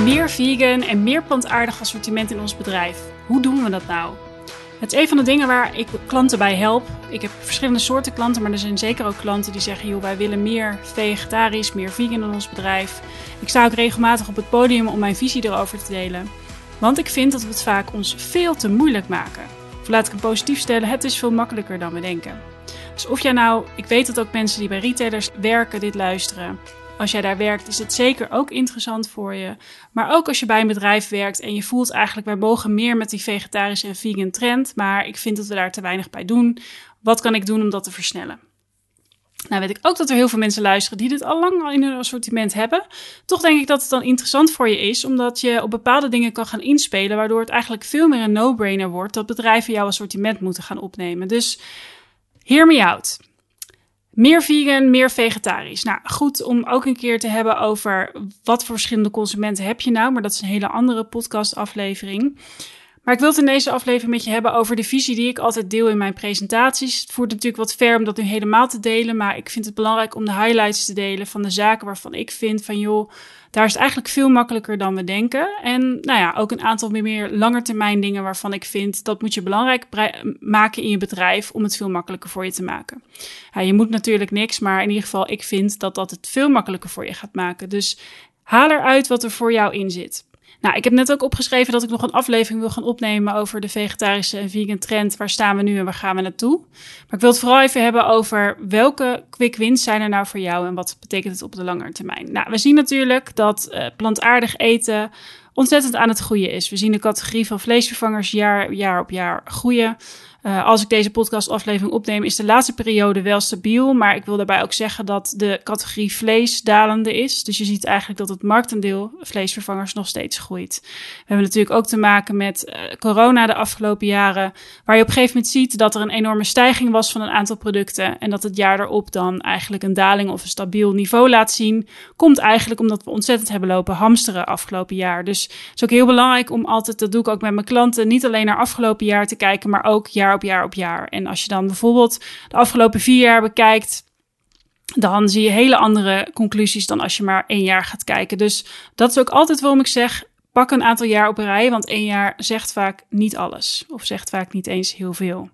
Meer vegan en meer plantaardig assortiment in ons bedrijf. Hoe doen we dat nou? Het is een van de dingen waar ik klanten bij help. Ik heb verschillende soorten klanten, maar er zijn zeker ook klanten die zeggen: joh, wij willen meer vegetarisch, meer vegan in ons bedrijf. Ik sta ook regelmatig op het podium om mijn visie erover te delen. Want ik vind dat we het vaak ons veel te moeilijk maken. Of laat ik het positief stellen, het is veel makkelijker dan we denken. Dus of jij nou, ik weet dat ook mensen die bij retailers werken dit luisteren. Als jij daar werkt, is het zeker ook interessant voor je. Maar ook als je bij een bedrijf werkt en je voelt eigenlijk, wij mogen meer met die vegetarische en vegan trend. Maar ik vind dat we daar te weinig bij doen. Wat kan ik doen om dat te versnellen? Nou weet ik ook dat er heel veel mensen luisteren die dit al lang in hun assortiment hebben. Toch denk ik dat het dan interessant voor je is, omdat je op bepaalde dingen kan gaan inspelen, waardoor het eigenlijk veel meer een no-brainer wordt dat bedrijven jouw assortiment moeten gaan opnemen. Dus hear me out. Meer vegan, meer vegetarisch. Nou, goed om ook een keer te hebben over wat voor verschillende consumenten heb je nou. Maar dat is een hele andere podcastaflevering. Maar ik wil het in deze aflevering met je hebben over de visie die ik altijd deel in mijn presentaties. Het voert natuurlijk wat ver om dat nu helemaal te delen. Maar ik vind het belangrijk om de highlights te delen van de zaken waarvan ik vind van joh, daar is het eigenlijk veel makkelijker dan we denken. En nou ja, ook een aantal meer langetermijn dingen waarvan ik vind dat moet je belangrijk maken in je bedrijf om het veel makkelijker voor je te maken. Ja, je moet natuurlijk niks, maar in ieder geval ik vind dat dat het veel makkelijker voor je gaat maken. Dus haal eruit wat er voor jou in zit. Nou, ik heb net ook opgeschreven dat ik nog een aflevering wil gaan opnemen over de vegetarische en vegan trend. Waar staan we nu en waar gaan we naartoe? Maar ik wil het vooral even hebben over welke quick wins zijn er nou voor jou en wat betekent het op de langere termijn. Nou, we zien natuurlijk dat plantaardig eten ontzettend aan het groeien is. We zien de categorie van vleesvervangers jaar op jaar groeien. Als ik deze podcastaflevering opneem, is de laatste periode wel stabiel. Maar ik wil daarbij ook zeggen dat de categorie vlees dalende is. Dus je ziet eigenlijk dat het marktaandeel vleesvervangers nog steeds groeit. We hebben natuurlijk ook te maken met corona de afgelopen jaren. Waar je op een gegeven moment ziet dat er een enorme stijging was van een aantal producten. En dat het jaar erop dan eigenlijk een daling of een stabiel niveau laat zien. Komt eigenlijk omdat we ontzettend hebben lopen hamsteren afgelopen jaar. Dus het is ook heel belangrijk om altijd, dat doe ik ook met mijn klanten, niet alleen naar afgelopen jaar te kijken, maar ook jaar op jaar. En als je dan bijvoorbeeld de afgelopen 4 jaar bekijkt, dan zie je hele andere conclusies dan als je maar 1 jaar gaat kijken. Dus dat is ook altijd waarom ik zeg, pak een aantal jaar op een rij, want 1 jaar zegt vaak niet alles. Of zegt vaak niet eens heel veel.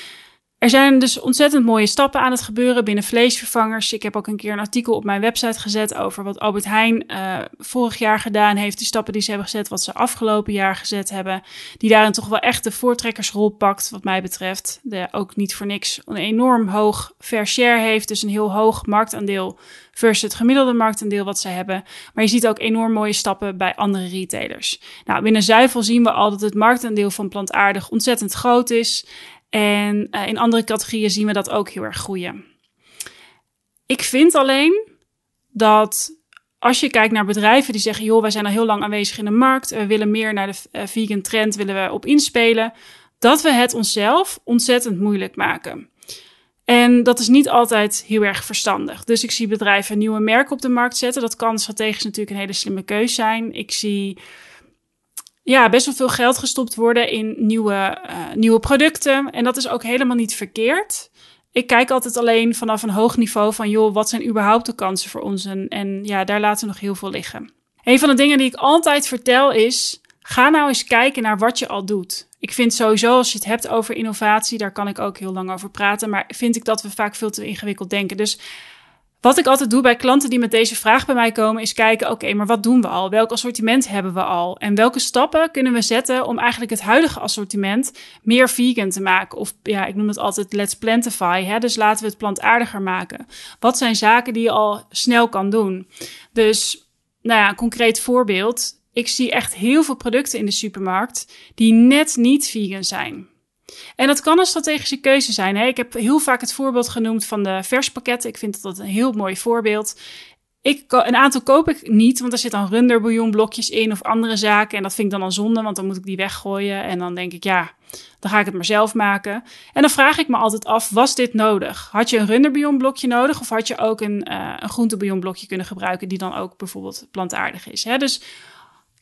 Er zijn dus ontzettend mooie stappen aan het gebeuren binnen vleesvervangers. Ik heb ook een keer een artikel op mijn website gezet over wat Albert Heijn vorig jaar gedaan heeft. De stappen die ze hebben gezet, wat ze afgelopen jaar gezet hebben. Die daarin toch wel echt de voortrekkersrol pakt, wat mij betreft. Ook niet voor niks een enorm hoog fair share heeft. Dus een heel hoog marktaandeel versus het gemiddelde marktaandeel wat ze hebben. Maar je ziet ook enorm mooie stappen bij andere retailers. Nou, binnen zuivel zien we al dat het marktaandeel van plantaardig ontzettend groot is. En in andere categorieën zien we dat ook heel erg groeien. Ik vind alleen dat als je kijkt naar bedrijven die zeggen, joh, wij zijn al heel lang aanwezig in de markt, we willen meer naar de vegan trend, willen we op inspelen, dat we het onszelf ontzettend moeilijk maken. En dat is niet altijd heel erg verstandig. Dus ik zie bedrijven nieuwe merken op de markt zetten. Dat kan strategisch natuurlijk een hele slimme keus zijn. Ik zie best wel veel geld gestopt worden in nieuwe producten. En dat is ook helemaal niet verkeerd. Ik kijk altijd alleen vanaf een hoog niveau van, joh, wat zijn überhaupt de kansen voor ons? En daar laten we nog heel veel liggen. Een van de dingen die ik altijd vertel is, ga nou eens kijken naar wat je al doet. Ik vind sowieso, als je het hebt over innovatie, daar kan ik ook heel lang over praten, maar vind ik dat we vaak veel te ingewikkeld denken. Dus wat ik altijd doe bij klanten die met deze vraag bij mij komen, is kijken, oké, maar wat doen we al? Welk assortiment hebben we al? En welke stappen kunnen we zetten om eigenlijk het huidige assortiment meer vegan te maken? Of ik noem het altijd let's plantify, hè? Dus laten we het plantaardiger maken. Wat zijn zaken die je al snel kan doen? Dus, een concreet voorbeeld. Ik zie echt heel veel producten in de supermarkt die net niet vegan zijn. En dat kan een strategische keuze zijn. Hè? Ik heb heel vaak het voorbeeld genoemd van de verspakketten. Ik vind dat een heel mooi voorbeeld. Een aantal koop ik niet, want er zitten dan runderbouillonblokjes in of andere zaken. En dat vind ik dan al zonde, want dan moet ik die weggooien. En dan denk ik, dan ga ik het maar zelf maken. En dan vraag ik me altijd af, was dit nodig? Had je een runderbouillonblokje nodig of had je ook een groentebouillonblokje kunnen gebruiken die dan ook bijvoorbeeld plantaardig is? Hè? Dus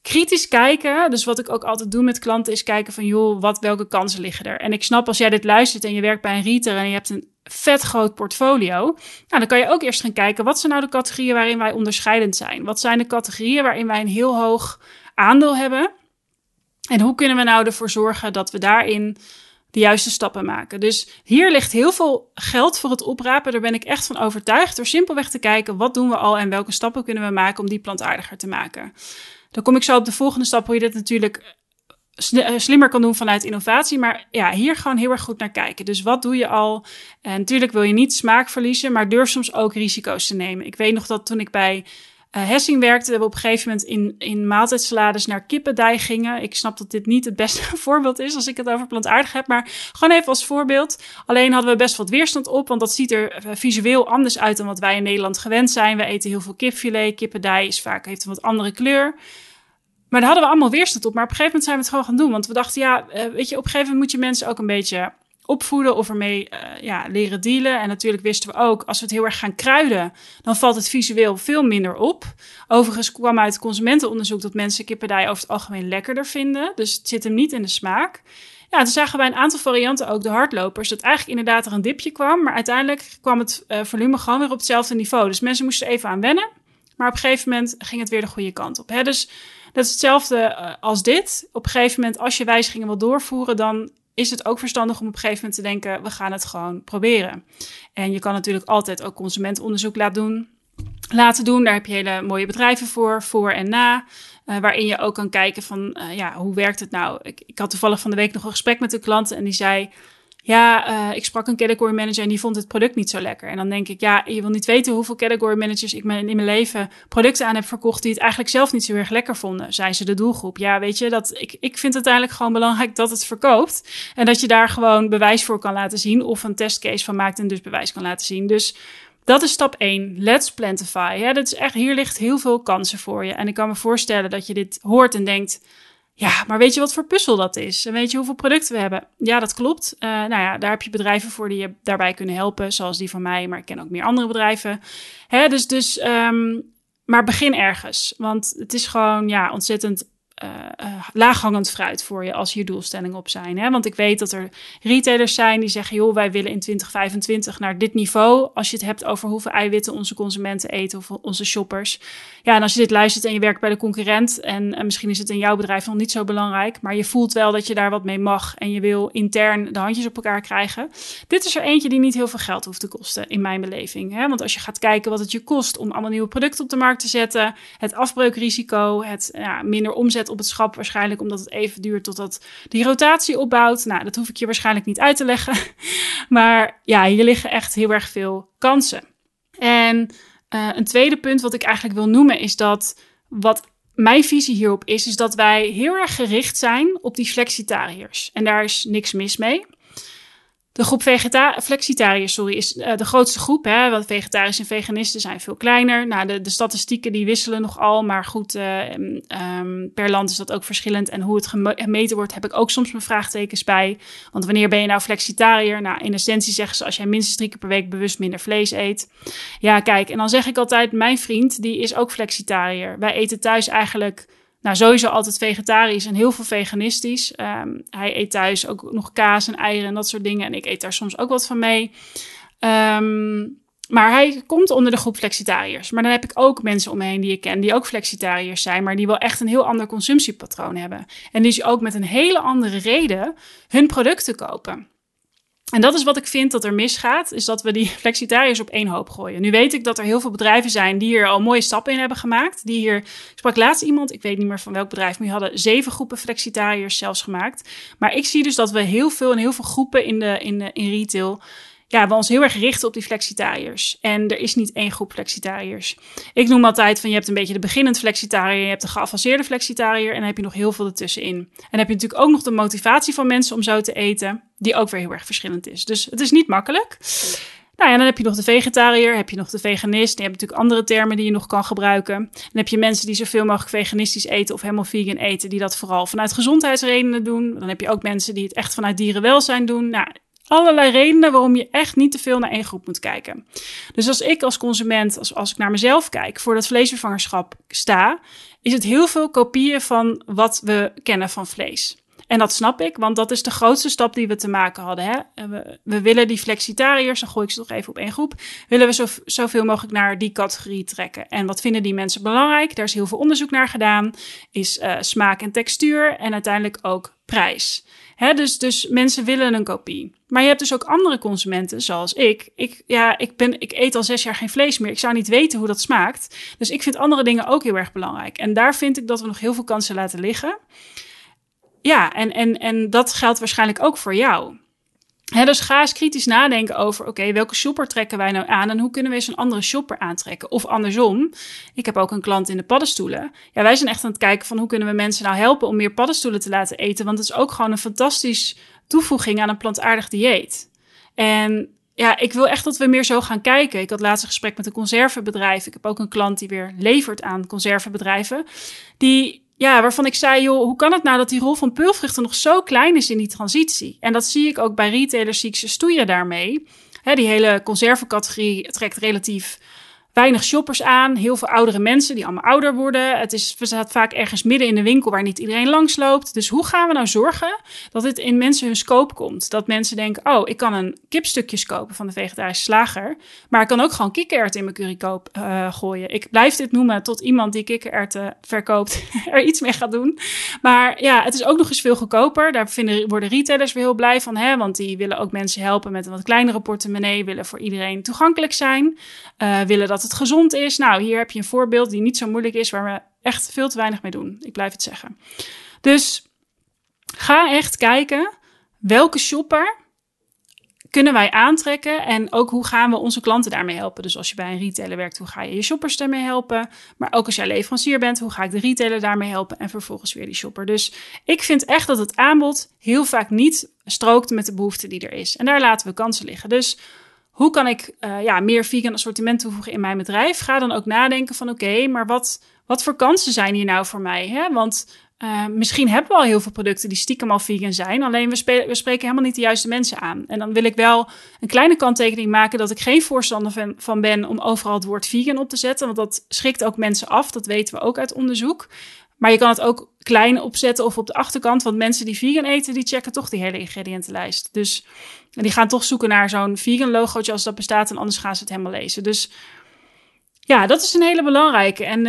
kritisch kijken. Dus wat ik ook altijd doe met klanten is kijken van, joh, welke kansen liggen er? En ik snap als jij dit luistert en je werkt bij een retailer en je hebt een vet groot portfolio. Nou, dan kan je ook eerst gaan kijken, wat zijn nou de categorieën waarin wij onderscheidend zijn? Wat zijn de categorieën waarin wij een heel hoog aandeel hebben? En hoe kunnen we nou ervoor zorgen dat we daarin de juiste stappen maken? Dus hier ligt heel veel geld voor het oprapen. Daar ben ik echt van overtuigd. Door simpelweg te kijken, wat doen we al en welke stappen kunnen we maken om die plantaardiger te maken? Dan kom ik zo op de volgende stap, hoe je dit natuurlijk slimmer kan doen vanuit innovatie. Maar ja, hier gewoon heel erg goed naar kijken. Dus wat doe je al? En natuurlijk wil je niet smaak verliezen, maar durf soms ook risico's te nemen. Ik weet nog dat toen ik bij Hessing werkte, we op een gegeven moment in maaltijdsalades naar kippendij gingen. Ik snap dat dit niet het beste voorbeeld is als ik het over plantaardig heb, maar gewoon even als voorbeeld. Alleen hadden we best wat weerstand op, want dat ziet er visueel anders uit dan wat wij in Nederland gewend zijn. We eten heel veel kipfilet, kippendij heeft een wat andere kleur. Maar daar hadden we allemaal weerstand op. Maar op een gegeven moment zijn we het gewoon gaan doen. Want we dachten, weet je, op een gegeven moment moet je mensen ook een beetje opvoeden of ermee leren dealen. En natuurlijk wisten we ook, als we het heel erg gaan kruiden, dan valt het visueel veel minder op. Overigens kwam uit consumentenonderzoek dat mensen kippendij over het algemeen lekkerder vinden. Dus het zit hem niet in de smaak. Ja, toen zagen wij een aantal varianten, ook de hardlopers, dat eigenlijk inderdaad er een dipje kwam. Maar uiteindelijk kwam het volume gewoon weer op hetzelfde niveau. Dus mensen moesten er even aan wennen. Maar op een gegeven moment ging het weer de goede kant op. Hè? Dus dat is hetzelfde als dit. Op een gegeven moment, als je wijzigingen wil doorvoeren, dan is het ook verstandig om op een gegeven moment te denken, we gaan het gewoon proberen. En je kan natuurlijk altijd ook consumentenonderzoek laten doen. Daar heb je hele mooie bedrijven voor en na. Waarin je ook kan kijken van, hoe werkt het nou? Ik had toevallig van de week nog een gesprek met een klant en die zei, ik sprak een category manager en die vond het product niet zo lekker. En dan denk ik, je wil niet weten hoeveel category managers ik in mijn leven producten aan heb verkocht die het eigenlijk zelf niet zo erg lekker vonden. Zijn ze de doelgroep? Ja, weet je, ik vind het uiteindelijk gewoon belangrijk dat het verkoopt. En dat je daar gewoon bewijs voor kan laten zien of een testcase van maakt en dus bewijs kan laten zien. Dus dat is stap 1. Let's plantify. Ja, dat is echt, hier ligt heel veel kansen voor je. En ik kan me voorstellen dat je dit hoort en denkt, ja, maar weet je wat voor puzzel dat is? En weet je hoeveel producten we hebben? Ja, dat klopt. Daar heb je bedrijven voor die je daarbij kunnen helpen, zoals die van mij, maar ik ken ook meer andere bedrijven. Maar begin ergens, want het is gewoon ontzettend laaghangend fruit voor je als je doelstellingen op zijn. Hè? Want ik weet dat er retailers zijn die zeggen, joh, wij willen in 2025 naar dit niveau. Als je het hebt over hoeveel eiwitten onze consumenten eten of onze shoppers. Ja, en als je dit luistert en je werkt bij de concurrent en misschien is het in jouw bedrijf nog niet zo belangrijk, maar je voelt wel dat je daar wat mee mag en je wil intern de handjes op elkaar krijgen. Dit is er eentje die niet heel veel geld hoeft te kosten in mijn beleving. Hè? Want als je gaat kijken wat het je kost om allemaal nieuwe producten op de markt te zetten, het afbreukrisico, het minder omzet op het schap waarschijnlijk, omdat het even duurt totdat die rotatie opbouwt. Nou, dat hoef ik je waarschijnlijk niet uit te leggen. Maar ja, hier liggen echt heel erg veel kansen. En een tweede punt wat ik eigenlijk wil noemen is dat wat mijn visie hierop is dat wij heel erg gericht zijn op die flexitariërs. En daar is niks mis mee. De groep flexitariërs is de grootste groep. Hè, want vegetariërs en veganisten zijn veel kleiner. Nou, de statistieken die wisselen nogal. Maar goed, per land is dat ook verschillend. En hoe het gemeten wordt, heb ik ook soms mijn vraagtekens bij. Want wanneer ben je nou flexitariër? Nou, in essentie zeggen ze als jij minstens 3 keer per week bewust minder vlees eet. Ja, kijk, en dan zeg ik altijd, mijn vriend, die is ook flexitariër. Wij eten thuis eigenlijk sowieso altijd vegetarisch en heel veel veganistisch. Hij eet thuis ook nog kaas en eieren en dat soort dingen. En ik eet daar soms ook wat van mee. Maar hij komt onder de groep flexitariërs. Maar dan heb ik ook mensen om me heen die ik ken die ook flexitariërs zijn, maar die wel echt een heel ander consumptiepatroon hebben. En die dus ook met een hele andere reden hun producten kopen. En dat is wat ik vind dat er misgaat, is dat we die flexitariërs op één hoop gooien. Nu weet ik dat er heel veel bedrijven zijn die hier al mooie stappen in hebben gemaakt. Ik sprak laatst iemand, ik weet niet meer van welk bedrijf, maar die hadden 7 groepen flexitariërs zelfs gemaakt. Maar ik zie dus dat we heel veel groepen in retail, we ons heel erg richten op die flexitariërs. En er is niet één groep flexitariërs. Ik noem altijd van, je hebt een beetje de beginnend flexitariër, je hebt de geavanceerde flexitariër en dan heb je nog heel veel ertussenin. En dan heb je natuurlijk ook nog de motivatie van mensen om zo te eten, die ook weer heel erg verschillend is. Dus het is niet makkelijk. Nou ja, dan heb je nog de vegetariër, heb je nog de veganist. Je hebt natuurlijk andere termen die je nog kan gebruiken. Dan heb je mensen die zoveel mogelijk veganistisch eten of helemaal vegan eten, die dat vooral vanuit gezondheidsredenen doen. Dan heb je ook mensen die het echt vanuit dierenwelzijn doen. Nou, allerlei redenen waarom je echt niet te veel naar één groep moet kijken. Dus als ik als consument, als ik naar mezelf kijk, voor dat vleesvervangerschap sta, is het heel veel kopieën van wat we kennen van vlees. En dat snap ik, want dat is de grootste stap die we te maken hadden. Hè? We willen die flexitariërs, dan gooi ik ze nog even op één groep, willen we zoveel mogelijk naar die categorie trekken. En wat vinden die mensen belangrijk? Daar is heel veel onderzoek naar gedaan. Is smaak en textuur en uiteindelijk ook prijs. Hè, dus mensen willen een kopie. Maar je hebt dus ook andere consumenten, zoals ik. Ik eet al 6 jaar geen vlees meer. Ik zou niet weten hoe dat smaakt. Dus ik vind andere dingen ook heel erg belangrijk. En daar vind ik dat we nog heel veel kansen laten liggen. Ja, en dat geldt waarschijnlijk ook voor jou. Dus ga eens kritisch nadenken over, oké, welke shopper trekken wij nou aan en hoe kunnen we eens een andere shopper aantrekken? Of andersom, ik heb ook een klant in de paddenstoelen. Ja, wij zijn echt aan het kijken van hoe kunnen we mensen nou helpen om meer paddenstoelen te laten eten? Want het is ook gewoon een fantastisch toevoeging aan een plantaardig dieet. En ja, ik wil echt dat we meer zo gaan kijken. Ik had laatst een gesprek met een conservebedrijf. Ik heb ook een klant die weer levert aan conservebedrijven. Waarvan ik zei, joh, hoe kan het nou dat die rol van peulvruchten nog zo klein is in die transitie? En dat zie ik ook bij retailers, zie ik ze stoeien daarmee. Die hele conservencategorie trekt relatief weinig shoppers aan. Heel veel oudere mensen die allemaal ouder worden. We staat vaak ergens midden in de winkel waar niet iedereen langsloopt. Dus hoe gaan we nou zorgen dat dit in mensen hun scope komt? Dat mensen denken, oh, ik kan een kipstukjes kopen van de vegetarische slager. Maar ik kan ook gewoon kikkererwten in mijn curry gooien. Ik blijf dit noemen tot iemand die kikkererwten verkoopt er iets mee gaat doen. Maar ja, het is ook nog eens veel goedkoper. Daar worden retailers weer heel blij van. Want die willen ook mensen helpen met een wat kleinere portemonnee. Willen voor iedereen toegankelijk zijn. Willen dat het gezond is. Nou, hier heb je een voorbeeld die niet zo moeilijk is, waar we echt veel te weinig mee doen. Ik blijf het zeggen. Dus ga echt kijken, welke shopper kunnen wij aantrekken en ook hoe gaan we onze klanten daarmee helpen. Dus als je bij een retailer werkt, hoe ga je je shoppers daarmee helpen? Maar ook als jij leverancier bent, hoe ga ik de retailer daarmee helpen? En vervolgens weer die shopper. Dus ik vind echt dat het aanbod heel vaak niet strookt met de behoefte die er is. En daar laten we kansen liggen. Dus hoe kan ik meer vegan assortiment toevoegen in mijn bedrijf? Ga dan ook nadenken van oké, maar wat voor kansen zijn hier nou voor mij? Hè? Want misschien hebben we al heel veel producten die stiekem al vegan zijn. Alleen we spreken helemaal niet de juiste mensen aan. En dan wil ik wel een kleine kanttekening maken dat ik geen voorstander van ben om overal het woord vegan op te zetten. Want dat schrikt ook mensen af. Dat weten we ook uit onderzoek. Maar je kan het ook klein opzetten of op de achterkant. Want mensen die vegan eten, die checken toch die hele ingrediëntenlijst. Dus die gaan toch zoeken naar zo'n vegan logootje als dat bestaat. En anders gaan ze het helemaal lezen. Dus ja, dat is een hele belangrijke. En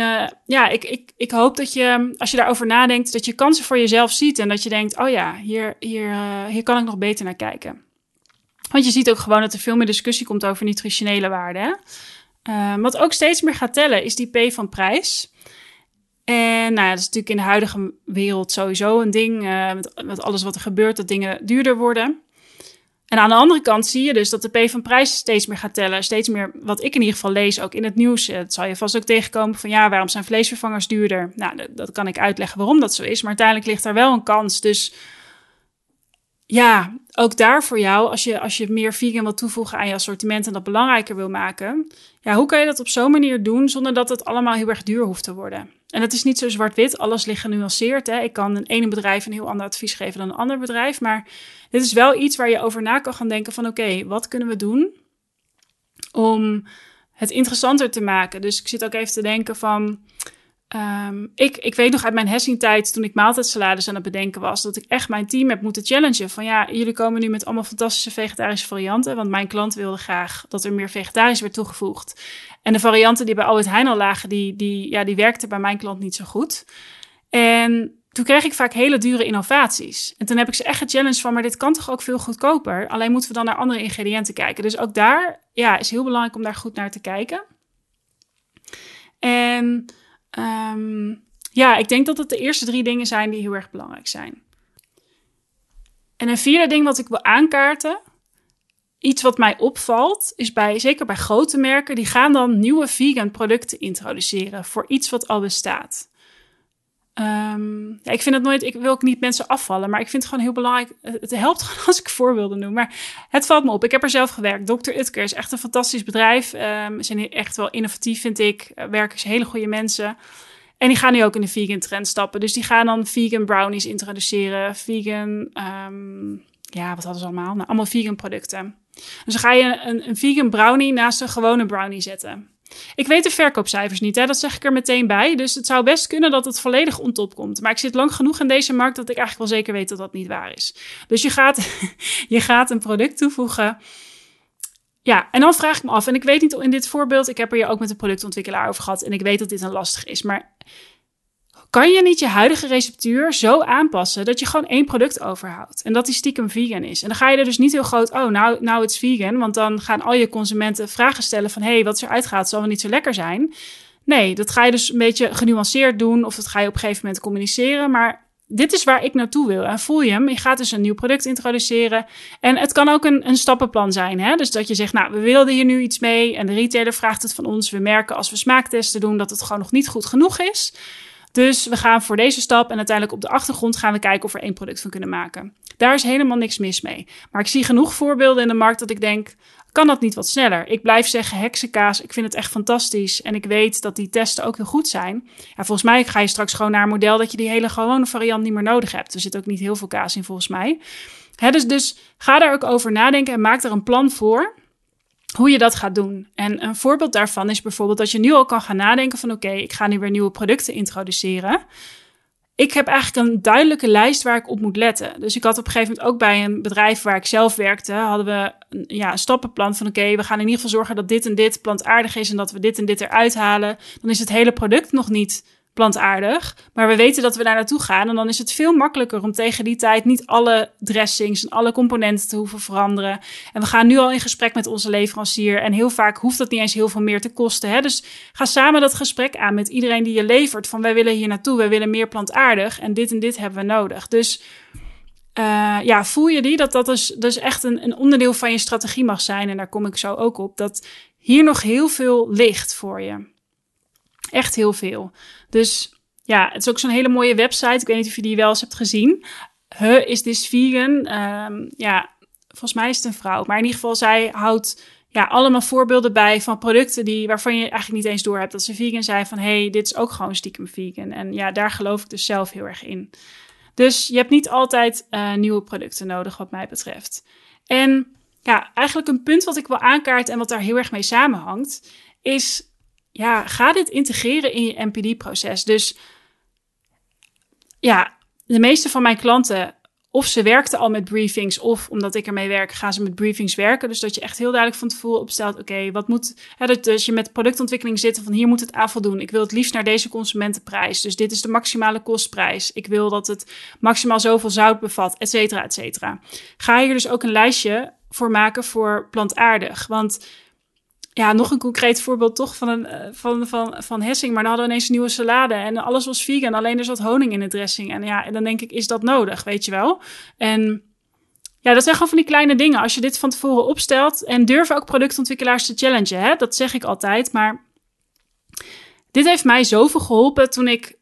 ik hoop dat je, als je daarover nadenkt, dat je kansen voor jezelf ziet. En dat je denkt, oh ja, hier kan ik nog beter naar kijken. Want je ziet ook gewoon dat er veel meer discussie komt over nutritionele waarden. Wat ook steeds meer gaat tellen, is die P van prijs. En dat is natuurlijk in de huidige wereld sowieso een ding. Met alles wat er gebeurt, dat dingen duurder worden. En aan de andere kant zie je dus dat de P van prijs steeds meer gaat tellen. Steeds meer, wat ik in ieder geval lees, ook in het nieuws. Het zal je vast ook tegenkomen van waarom zijn vleesvervangers duurder? Nou, dat kan ik uitleggen waarom dat zo is. Maar uiteindelijk ligt daar wel een kans. Dus ja, ook daar voor jou, als je meer vegan wil toevoegen aan je assortiment en dat belangrijker wil maken. Ja, hoe kan je dat op zo'n manier doen zonder dat het allemaal heel erg duur hoeft te worden? En het is niet zo zwart-wit, alles ligt genuanceerd. Hè? Ik kan een ene bedrijf een heel ander advies geven dan een ander bedrijf. Maar dit is wel iets waar je over na kan gaan denken van oké, wat kunnen we doen om het interessanter te maken? Dus ik zit ook even te denken van ik weet nog uit mijn Hessing-tijd, toen ik maaltijdsalades aan het bedenken was, dat ik echt mijn team heb moeten challengen. Van jullie komen nu met allemaal fantastische vegetarische varianten. Want mijn klant wilde graag dat er meer vegetarisch werd toegevoegd. En de varianten die bij Albert Heijn al lagen, die werkten bij mijn klant niet zo goed. En toen kreeg ik vaak hele dure innovaties. En toen heb ik ze echt gechallenged van, maar dit kan toch ook veel goedkoper? Alleen moeten we dan naar andere ingrediënten kijken. Dus ook daar is heel belangrijk om daar goed naar te kijken. En ik denk dat het de eerste 3 dingen zijn die heel erg belangrijk zijn. En een 4e ding wat ik wil aankaarten, iets wat mij opvalt, is zeker bij grote merken, die gaan dan nieuwe vegan producten introduceren voor iets wat al bestaat. Ik vind het nooit, ik wil ook niet mensen afvallen, maar ik vind het gewoon heel belangrijk. Het helpt gewoon als ik voorbeelden noem, maar het valt me op. Ik heb er zelf gewerkt. Dr. Utker is echt een fantastisch bedrijf. Ze zijn echt wel innovatief, vind ik. Werken ze hele goede mensen. En die gaan nu ook in de vegan trend stappen. Dus die gaan dan vegan brownies introduceren, vegan wat hadden ze allemaal? Nou, allemaal vegan producten. Dus dan ga je een vegan brownie naast een gewone brownie zetten. Ik weet de verkoopcijfers niet, hè? Dat zeg ik er meteen bij. Dus het zou best kunnen dat het volledig on top komt. Maar ik zit lang genoeg in deze markt dat ik eigenlijk wel zeker weet dat dat niet waar is. Dus je gaat een product toevoegen. Ja, en dan vraag ik me af, en ik weet niet in dit voorbeeld, ik heb er hier ook met een productontwikkelaar over gehad en ik weet dat dit een lastig is, maar kan je niet je huidige receptuur zo aanpassen dat je gewoon 1 product overhoudt en dat die stiekem vegan is? En dan ga je er dus niet heel groot, nou het is vegan, want dan gaan al je consumenten vragen stellen van, hey, wat is er uitgaat, zal wel niet zo lekker zijn. Nee, dat ga je dus een beetje genuanceerd doen of dat ga je op een gegeven moment communiceren, maar dit is waar ik naartoe wil. En voel je hem? Je gaat dus een nieuw product introduceren. En het kan ook een stappenplan zijn. Hè? Dus dat je zegt, nou, we wilden hier nu iets mee. En de retailer vraagt het van ons. We merken als we smaaktesten doen dat het gewoon nog niet goed genoeg is. Dus we gaan voor deze stap. En uiteindelijk op de achtergrond gaan we kijken of we er 1 product van kunnen maken. Daar is helemaal niks mis mee. Maar ik zie genoeg voorbeelden in de markt dat ik denk, kan dat niet wat sneller? Ik blijf zeggen heksenkaas, ik vind het echt fantastisch. En ik weet dat die testen ook heel goed zijn. Ja, volgens mij ga je straks gewoon naar een model dat je die hele gewone variant niet meer nodig hebt. Er zit ook niet heel veel kaas in volgens mij. Dus ga daar ook over nadenken en maak er een plan voor hoe je dat gaat doen. En een voorbeeld daarvan is bijvoorbeeld dat je nu al kan gaan nadenken van oké, ik ga nu weer nieuwe producten introduceren. Ik heb eigenlijk een duidelijke lijst waar ik op moet letten. Dus ik had op een gegeven moment ook bij een bedrijf waar ik zelf werkte, hadden we een stappenplan van oké, we gaan in ieder geval zorgen dat dit en dit plantaardig is en dat we dit en dit eruit halen. Dan is het hele product nog niet plantaardig, maar we weten dat we daar naartoe gaan en dan is het veel makkelijker om tegen die tijd niet alle dressings en alle componenten te hoeven veranderen. En we gaan nu al in gesprek met onze leverancier en heel vaak hoeft dat niet eens heel veel meer te kosten. Hè? Dus ga samen dat gesprek aan met iedereen die je levert van wij willen hier naartoe, wij willen meer plantaardig en dit hebben we nodig. Dus voel je die dat dus echt een onderdeel van je strategie mag zijn en daar kom ik zo ook op, dat hier nog heel veel ligt voor je. Echt heel veel. Dus ja, het is ook zo'n hele mooie website. Ik weet niet of je die wel eens hebt gezien. Is this vegan? Volgens mij is het een vrouw. Maar in ieder geval, zij houdt allemaal voorbeelden bij van producten waarvan je eigenlijk niet eens door hebt dat ze vegan zijn. Van hey, dit is ook gewoon stiekem vegan. En ja, daar geloof ik dus zelf heel erg in. Dus je hebt niet altijd nieuwe producten nodig wat mij betreft. En ja, eigenlijk een punt wat ik wil aankaarten en wat daar heel erg mee samenhangt, is ga dit integreren in je NPD-proces. Dus ja, de meeste van mijn klanten, of ze werkten al met briefings, of omdat ik ermee werk, gaan ze met briefings werken. Dus dat je echt heel duidelijk van tevoren opstelt, oké, wat moet, dus je met productontwikkeling zitten van hier moet het aan voldoen. Ik wil het liefst naar deze consumentenprijs. Dus dit is de maximale kostprijs. Ik wil dat het maximaal zoveel zout bevat, et cetera, et cetera. Ga hier dus ook een lijstje voor maken voor plantaardig. Want ja, nog een concreet voorbeeld toch van Hessing. Maar dan hadden we ineens een nieuwe salade en alles was vegan. Alleen er zat honing in de dressing. En dan denk ik, is dat nodig? Weet je wel? En ja, dat zijn gewoon van die kleine dingen. Als je dit van tevoren opstelt en durf ook productontwikkelaars te challengen. Hè? Dat zeg ik altijd. Maar dit heeft mij zoveel geholpen toen ik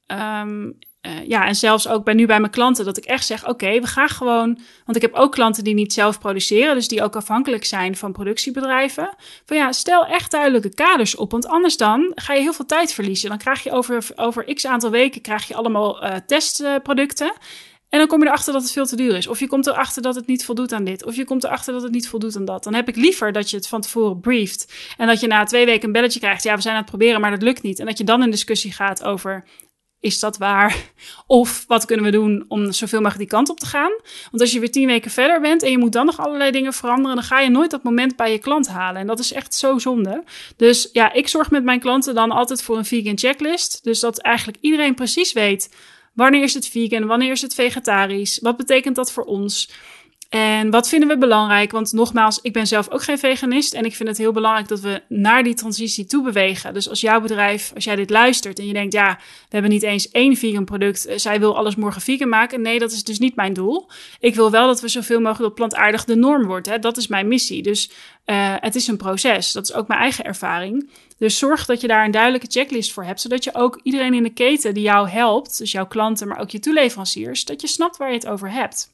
en zelfs ook nu bij mijn klanten, dat ik echt zeg, oké, we gaan gewoon, want ik heb ook klanten die niet zelf produceren, dus die ook afhankelijk zijn van productiebedrijven. Van stel echt duidelijke kaders op, want anders dan ga je heel veel tijd verliezen. Dan krijg je over x aantal weken krijg je allemaal testproducten. En dan kom je erachter dat het veel te duur is. Of je komt erachter dat het niet voldoet aan dit. Of je komt erachter dat het niet voldoet aan dat. Dan heb ik liever dat je het van tevoren brieft. En dat je na 2 weken een belletje krijgt. Ja, we zijn aan het proberen, maar dat lukt niet. En dat je dan in discussie gaat over, is dat waar? Of wat kunnen we doen om zoveel mogelijk die kant op te gaan? Want als je weer 10 weken verder bent en je moet dan nog allerlei dingen veranderen, dan ga je nooit dat moment bij je klant halen. En dat is echt zo zonde. Dus ja, ik zorg met mijn klanten dan altijd voor een vegan checklist. Dus dat eigenlijk iedereen precies weet, wanneer is het vegan? Wanneer is het vegetarisch? Wat betekent dat voor ons? En wat vinden we belangrijk? Want nogmaals, ik ben zelf ook geen veganist en ik vind het heel belangrijk dat we naar die transitie toe bewegen. Dus als jouw bedrijf, als jij dit luistert en je denkt, we hebben niet eens 1 vegan product, zij wil alles morgen vegan maken. Nee, dat is dus niet mijn doel. Ik wil wel dat we zoveel mogelijk dat plantaardig de norm wordt. Hè? Dat is mijn missie. Dus het is een proces. Dat is ook mijn eigen ervaring. Dus zorg dat je daar een duidelijke checklist voor hebt, zodat je ook iedereen in de keten die jou helpt, dus jouw klanten, maar ook je toeleveranciers, dat je snapt waar je het over hebt.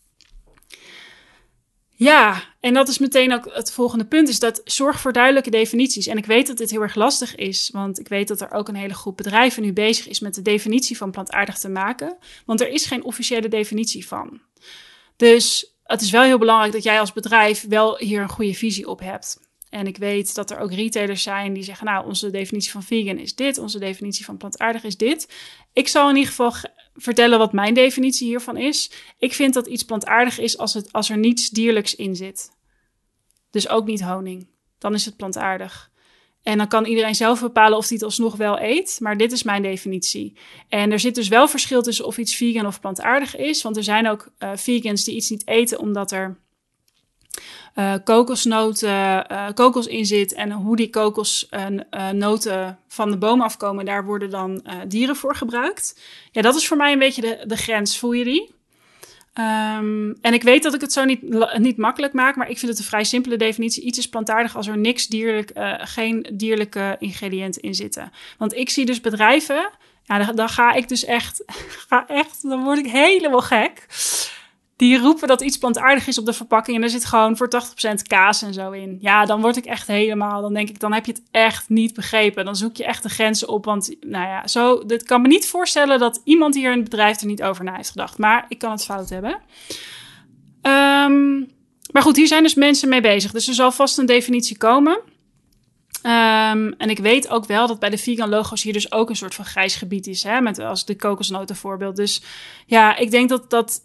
Ja, en dat is meteen ook het volgende punt, is dat zorg voor duidelijke definities. En ik weet dat dit heel erg lastig is, want ik weet dat er ook een hele groep bedrijven nu bezig is met de definitie van plantaardig te maken. Want er is geen officiële definitie van. Dus het is wel heel belangrijk dat jij als bedrijf wel hier een goede visie op hebt. En ik weet dat er ook retailers zijn die zeggen, nou, onze definitie van vegan is dit, onze definitie van plantaardig is dit. Ik zal in ieder geval vertellen wat mijn definitie hiervan is. Ik vind dat iets plantaardig is als er niets dierlijks in zit. Dus ook niet honing. Dan is het plantaardig. En dan kan iedereen zelf bepalen of hij het alsnog wel eet. Maar dit is mijn definitie. En er zit dus wel verschil tussen of iets vegan of plantaardig is. Want er zijn ook vegans die iets niet eten omdat er kokos in zit. En hoe die kokosnoten van de boom afkomen, daar worden dan dieren voor gebruikt. Ja, dat is voor mij een beetje de grens. Voel je die? En ik weet dat ik het zo niet makkelijk maak, maar ik vind het een vrij simpele definitie. Iets is plantaardig als er geen dierlijke ingrediënten in zitten. Want ik zie dus bedrijven, ja, dan ga ik dus echt, dan word ik helemaal gek. Die roepen dat iets plantaardig is op de verpakking en er zit gewoon voor 80% kaas en zo in. Ja, dan word ik echt dan denk ik, dan heb je het echt niet begrepen. Dan zoek je echt de grenzen op, want nou ja, dit kan me niet voorstellen dat iemand hier in het bedrijf er niet over na heeft gedacht. Maar ik kan het fout hebben. Maar goed, hier zijn dus mensen mee bezig. Dus er zal vast een definitie komen. En ik weet ook wel dat bij de vegan logo's hier dus ook een soort van grijs gebied is, hè, als de kokosnoten voorbeeld. Dus ja, ik denk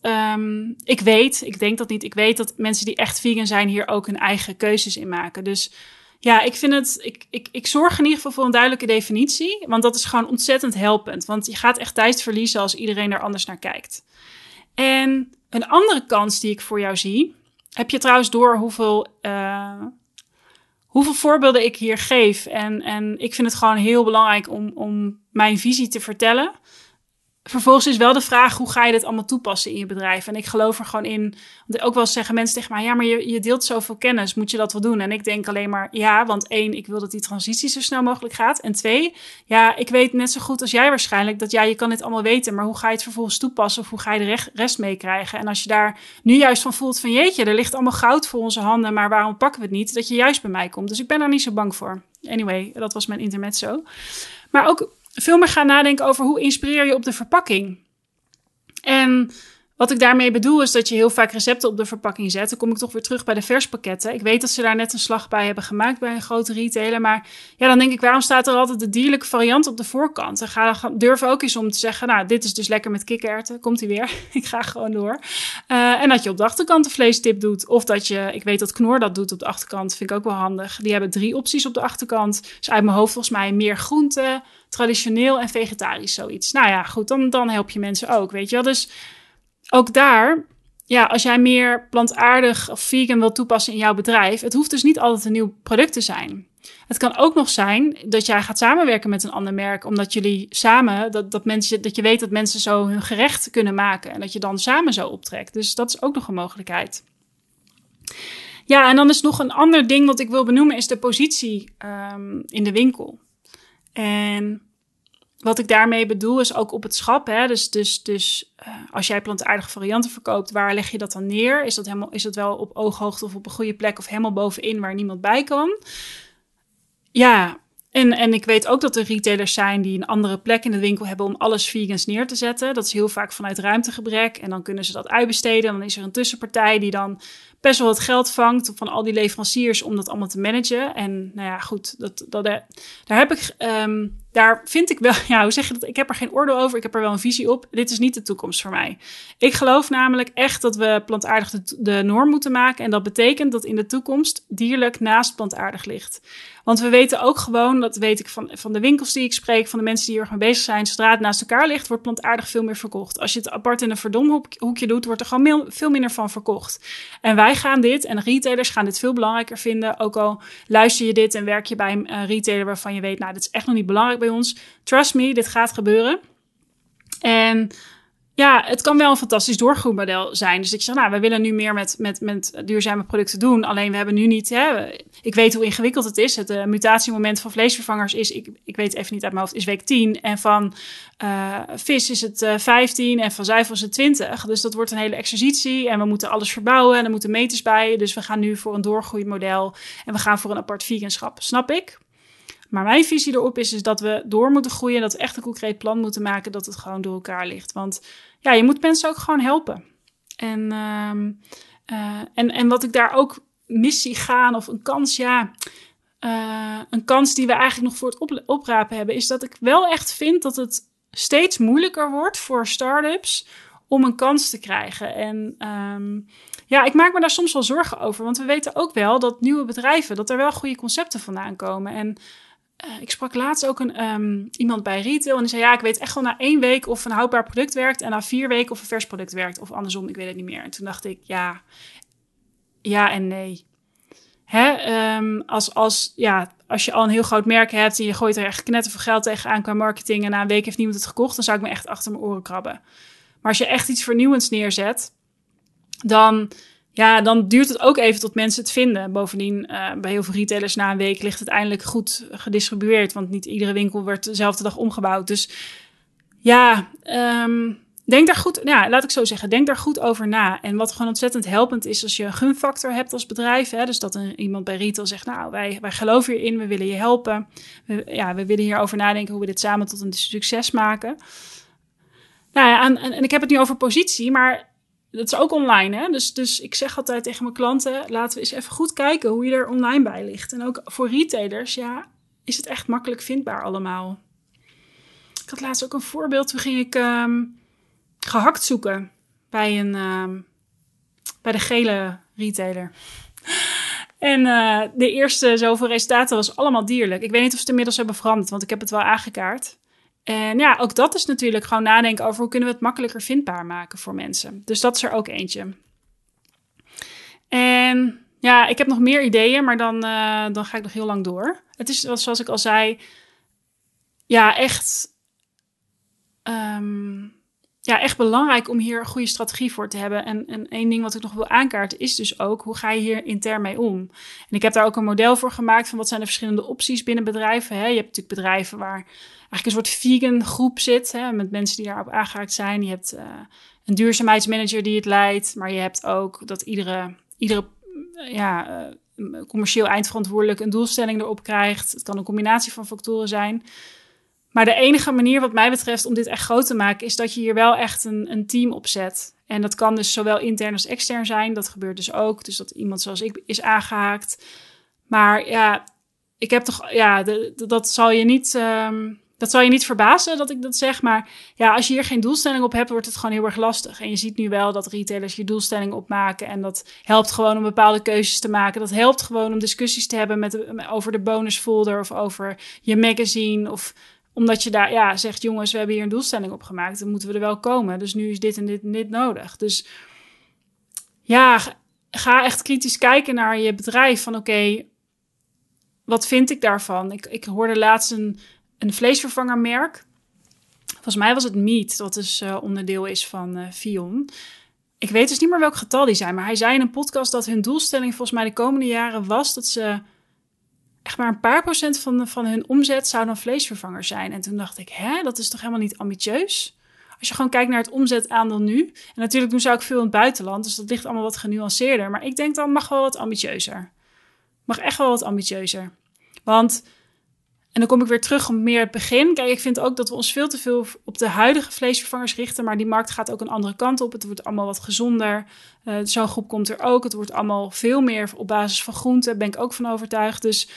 ik weet dat mensen die echt vegan zijn hier ook hun eigen keuzes in maken. Dus ja, ik zorg in ieder geval voor een duidelijke definitie, want dat is gewoon ontzettend helpend. Want je gaat echt tijd verliezen als iedereen er anders naar kijkt. En een andere kans die ik voor jou zie, heb je trouwens door hoeveel voorbeelden ik hier geef. En ik vind het gewoon heel belangrijk om mijn visie te vertellen. Vervolgens is wel de vraag, hoe ga je dit allemaal toepassen in je bedrijf? En ik geloof er gewoon in, want ook wel zeggen mensen tegen mij, ja, maar je deelt zoveel kennis, moet je dat wel doen? En ik denk alleen maar, ja, want 1, ik wil dat die transitie zo snel mogelijk gaat. En 2, ja, ik weet net zo goed als jij waarschijnlijk dat je kan dit allemaal weten, maar hoe ga je het vervolgens toepassen of hoe ga je de rest meekrijgen? En als je daar nu juist van voelt van, jeetje, er ligt allemaal goud voor onze handen, maar waarom pakken we het niet? Dat je juist bij mij komt. Dus ik ben daar niet zo bang voor. Anyway, dat was mijn intermezzo. Maar ook veel meer gaan nadenken over hoe inspireer je op de verpakking. En wat ik daarmee bedoel is dat je heel vaak recepten op de verpakking zet. Dan kom ik toch weer terug bij de verspakketten. Ik weet dat ze daar net een slag bij hebben gemaakt bij een grote retailer. Maar ja, dan denk ik, waarom staat er altijd de dierlijke variant op de voorkant? En durf ook eens om te zeggen, nou, dit is dus lekker met kikkererwten. Komt ie weer? Ik ga gewoon door. En dat je op de achterkant een vleestip doet. Of dat ik weet dat Knor dat doet op de achterkant. Vind ik ook wel handig. Die hebben 3 opties op de achterkant. Dus uit mijn hoofd volgens mij meer groente, traditioneel en vegetarisch zoiets. Nou ja, goed, dan help je mensen ook, weet je wel. Dus ook daar, ja, als jij meer plantaardig of vegan wilt toepassen in jouw bedrijf, het hoeft dus niet altijd een nieuw product te zijn. Het kan ook nog zijn dat jij gaat samenwerken met een ander merk, omdat jullie samen, dat je weet dat mensen zo hun gerecht kunnen maken en dat je dan samen zo optrekt. Dus dat is ook nog een mogelijkheid. Ja, en dan is nog een ander ding wat ik wil benoemen, is de positie in de winkel. En wat ik daarmee bedoel is ook op het schap. Hè? Dus als jij plantaardige varianten verkoopt, waar leg je dat dan neer? Is dat wel op ooghoogte of op een goede plek of helemaal bovenin waar niemand bij kan? Ja, en ik weet ook dat er retailers zijn die een andere plek in de winkel hebben om alles vegans neer te zetten. Dat is heel vaak vanuit ruimtegebrek. En dan kunnen ze dat uitbesteden. Dan is er een tussenpartij die dan best wel wat geld vangt van al die leveranciers om dat allemaal te managen. En nou ja, goed, daar vind ik wel, ja, hoe zeg je dat? Ik heb er geen oordeel over, ik heb er wel een visie op. Dit is niet de toekomst voor mij. Ik geloof namelijk echt dat we plantaardig de norm moeten maken. En dat betekent dat in de toekomst dierlijk naast plantaardig ligt. Want we weten ook gewoon, dat weet ik van de winkels die ik spreek, van de mensen die hier mee bezig zijn, zodra het naast elkaar ligt, wordt plantaardig veel meer verkocht. Als je het apart in een verdomhoekje doet, wordt er gewoon veel minder van verkocht. En wij gaan dit, en retailers gaan dit veel belangrijker vinden, ook al luister je dit en werk je bij een retailer waarvan je weet, nou, dit is echt nog niet belangrijk bij ons. Trust me, dit gaat gebeuren. En ja, het kan wel een fantastisch doorgroeimodel zijn. Dus ik zeg, nou, we willen nu meer met duurzame producten doen. Alleen we hebben nu niet, ik weet hoe ingewikkeld het is. Het mutatiemoment van vleesvervangers is, ik weet even niet uit mijn hoofd, is week 10. En van vis is het 15 en van zuivel is het 20. Dus dat wordt een hele exercitie en we moeten alles verbouwen en er moeten meters bij. Dus we gaan nu voor een doorgroeimodel en we gaan voor een apart veganschap. Snap ik? Maar mijn visie erop is dat we door moeten groeien, dat we echt een concreet plan moeten maken, dat het gewoon door elkaar ligt. Want ja, je moet mensen ook gewoon helpen. En wat ik daar ook mis zie gaan, of een kans, een kans die we eigenlijk nog voor het oprapen hebben, is dat ik wel echt vind dat het steeds moeilijker wordt voor start-ups om een kans te krijgen. En ik maak me daar soms wel zorgen over, want we weten ook wel dat nieuwe bedrijven, dat er wel goede concepten vandaan komen. En ik sprak laatst ook iemand bij retail en die zei, ik weet echt wel na 1 week of een houdbaar product werkt en na 4 weken of een vers product werkt. Of andersom, ik weet het niet meer. En toen dacht ik, ja en nee. Als je al een heel groot merk hebt en je gooit er echt knetterveel geld tegenaan qua marketing en na een week heeft niemand het gekocht, dan zou ik me echt achter mijn oren krabben. Maar als je echt iets vernieuwends neerzet, dan duurt het ook even tot mensen het vinden. Bovendien, bij heel veel retailers na een week ligt het eindelijk goed gedistribueerd, want niet iedere winkel wordt dezelfde dag omgebouwd. Dus denk daar goed, laat ik zo zeggen, denk daar goed over na. En wat gewoon ontzettend helpend is als je een gunfactor hebt als bedrijf. Dus dat iemand bij retail zegt, wij geloven hierin, we willen je helpen. We willen hierover nadenken hoe we dit samen tot een succes maken. En ik heb het nu over positie, maar dat is ook online. Dus ik zeg altijd tegen mijn klanten, laten we eens even goed kijken hoe je er online bij ligt. En ook voor retailers, is het echt makkelijk vindbaar allemaal. Ik had laatst ook een voorbeeld, toen ging ik gehakt zoeken bij de gele retailer. En de eerste zoveel resultaten was allemaal dierlijk. Ik weet niet of ze het inmiddels hebben veranderd, want ik heb het wel aangekaart. En ook dat is natuurlijk gewoon nadenken over hoe kunnen we het makkelijker vindbaar maken voor mensen. Dus dat is er ook eentje. En ik heb nog meer ideeën, maar dan ga ik nog heel lang door. Het is, zoals ik al zei, echt belangrijk om hier een goede strategie voor te hebben. En één ding wat ik nog wil aankaarten is dus ook, hoe ga je hier intern mee om? En ik heb daar ook een model voor gemaakt van wat zijn de verschillende opties binnen bedrijven. Je hebt natuurlijk bedrijven waar eigenlijk een soort vegan groep zit, met mensen die daarop aangehaakt zijn. Je hebt een duurzaamheidsmanager die het leidt, maar je hebt ook dat iedere commercieel eindverantwoordelijk een doelstelling erop krijgt. Het kan een combinatie van factoren zijn. Maar de enige manier wat mij betreft om dit echt groot te maken, is dat je hier wel echt een team op zet. En dat kan dus zowel intern als extern zijn. Dat gebeurt dus ook. Dus dat iemand zoals ik is aangehaakt. Maar ik heb toch, dat zal je niet verbazen dat ik dat zeg. Maar als je hier geen doelstelling op hebt, wordt het gewoon heel erg lastig. En je ziet nu wel dat retailers hier doelstellingen op maken. En dat helpt gewoon om bepaalde keuzes te maken. Dat helpt gewoon om discussies te hebben over de bonusfolder of over je magazine. Of omdat je daar zegt, jongens, we hebben hier een doelstelling op gemaakt. Dan moeten we er wel komen. Dus nu is dit en dit en dit nodig. Dus ga echt kritisch kijken naar je bedrijf. Van oké, wat vind ik daarvan? Ik hoorde laatst een vleesvervangermerk. Volgens mij was het Meat, dat dus onderdeel is van Vion. Ik weet dus niet meer welk getal die zijn. Maar hij zei in een podcast dat hun doelstelling volgens mij de komende jaren was dat ze echt maar een paar procent van hun omzet zou dan vleesvervanger zijn. En toen dacht ik, dat is toch helemaal niet ambitieus? Als je gewoon kijkt naar het omzetaandeel nu. En natuurlijk doen ze ook veel in het buitenland. Dus dat ligt allemaal wat genuanceerder. Maar ik denk dan mag wel wat ambitieuzer. Mag echt wel wat ambitieuzer. Want, en dan kom ik weer terug op meer het begin. Kijk, ik vind ook dat we ons veel te veel op de huidige vleesvervangers richten. Maar die markt gaat ook een andere kant op. Het wordt allemaal wat gezonder. Zo'n groep komt er ook. Het wordt allemaal veel meer op basis van groenten. Daar ben ik ook van overtuigd. Dus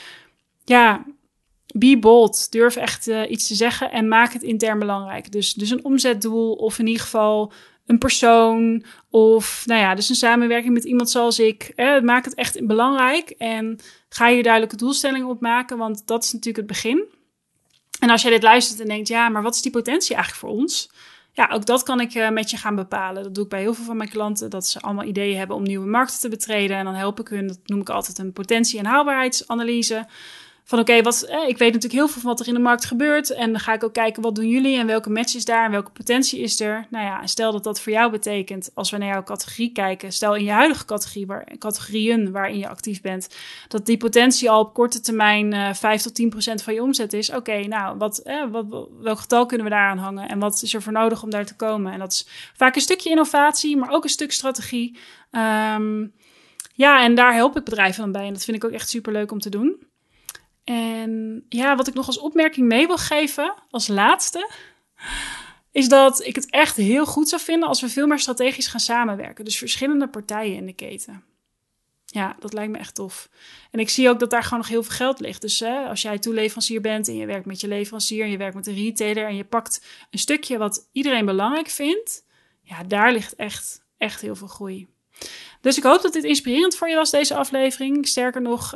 be bold. Durf echt iets te zeggen en maak het intern belangrijk. Dus een omzetdoel of in ieder geval een persoon of dus een samenwerking met iemand zoals ik. Maak het echt belangrijk en ga je duidelijke doelstellingen opmaken, want dat is natuurlijk het begin. En als jij dit luistert en denkt, maar wat is die potentie eigenlijk voor ons? Ook dat kan ik met je gaan bepalen. Dat doe ik bij heel veel van mijn klanten, dat ze allemaal ideeën hebben om nieuwe markten te betreden. En dan help ik hun, dat noem ik altijd een potentie- en haalbaarheidsanalyse. Van ik weet natuurlijk heel veel van wat er in de markt gebeurt. En dan ga ik ook kijken, wat doen jullie en welke match is daar en welke potentie is er. Stel dat dat voor jou betekent, als we naar jouw categorie kijken. Stel in je huidige categorieën waarin je actief bent, dat die potentie al op korte termijn 5 tot 10% van je omzet is. Welk getal kunnen we daaraan hangen? En wat is er voor nodig om daar te komen? En dat is vaak een stukje innovatie, maar ook een stuk strategie. En daar help ik bedrijven dan bij. En dat vind ik ook echt superleuk om te doen. En wat ik nog als opmerking mee wil geven, als laatste. is dat ik het echt heel goed zou vinden als we veel meer strategisch gaan samenwerken. Dus verschillende partijen in de keten. Ja, dat lijkt me echt tof. En ik zie ook dat daar gewoon nog heel veel geld ligt. Dus als jij toeleverancier bent en je werkt met je leverancier en je werkt met een retailer en je pakt een stukje wat iedereen belangrijk vindt, ja, daar ligt echt heel veel groei. Dus ik hoop dat dit inspirerend voor je was, deze aflevering. Sterker nog,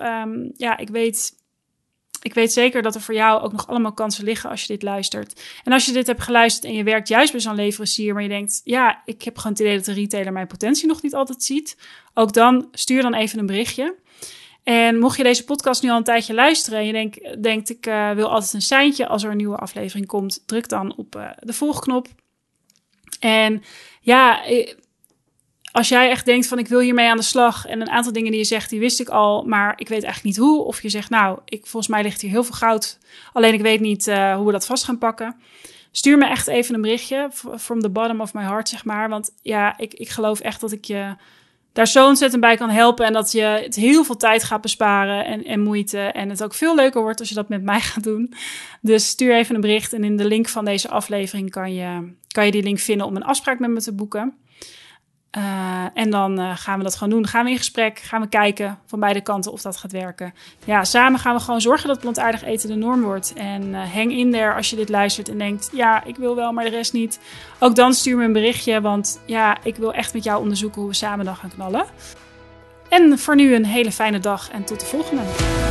ik weet zeker dat er voor jou ook nog allemaal kansen liggen als je dit luistert. En als je dit hebt geluisterd en je werkt juist bij zo'n leverancier, maar je denkt, ja, ik heb gewoon het idee dat de retailer mijn potentie nog niet altijd ziet. Ook dan, stuur dan even een berichtje. En mocht je deze podcast nu al een tijdje luisteren en je denkt ik wil altijd een seintje als er een nieuwe aflevering komt, druk dan op de volgknop. En ja, als jij echt denkt van ik wil hiermee aan de slag en een aantal dingen die je zegt, die wist ik al, maar ik weet eigenlijk niet hoe. Of je zegt nou, volgens mij ligt hier heel veel goud, alleen ik weet niet hoe we dat vast gaan pakken. Stuur me echt even een berichtje, from the bottom of my heart, zeg maar. Want ja, ik geloof echt dat ik je daar zo ontzettend bij kan helpen en dat je het heel veel tijd gaat besparen en moeite. En het ook veel leuker wordt als je dat met mij gaat doen. Dus stuur even een bericht en in de link van deze aflevering kan je die link vinden om een afspraak met me te boeken. En dan gaan we dat gewoon doen. Dan gaan we in gesprek, gaan we kijken van beide kanten of dat gaat werken. Ja, samen gaan we gewoon zorgen dat plantaardig eten de norm wordt. En hang in there als je dit luistert en denkt, ja, ik wil wel, maar de rest niet. Ook dan stuur me een berichtje, want ja, ik wil echt met jou onderzoeken hoe we samen dan gaan knallen. En voor nu een hele fijne dag en tot de volgende.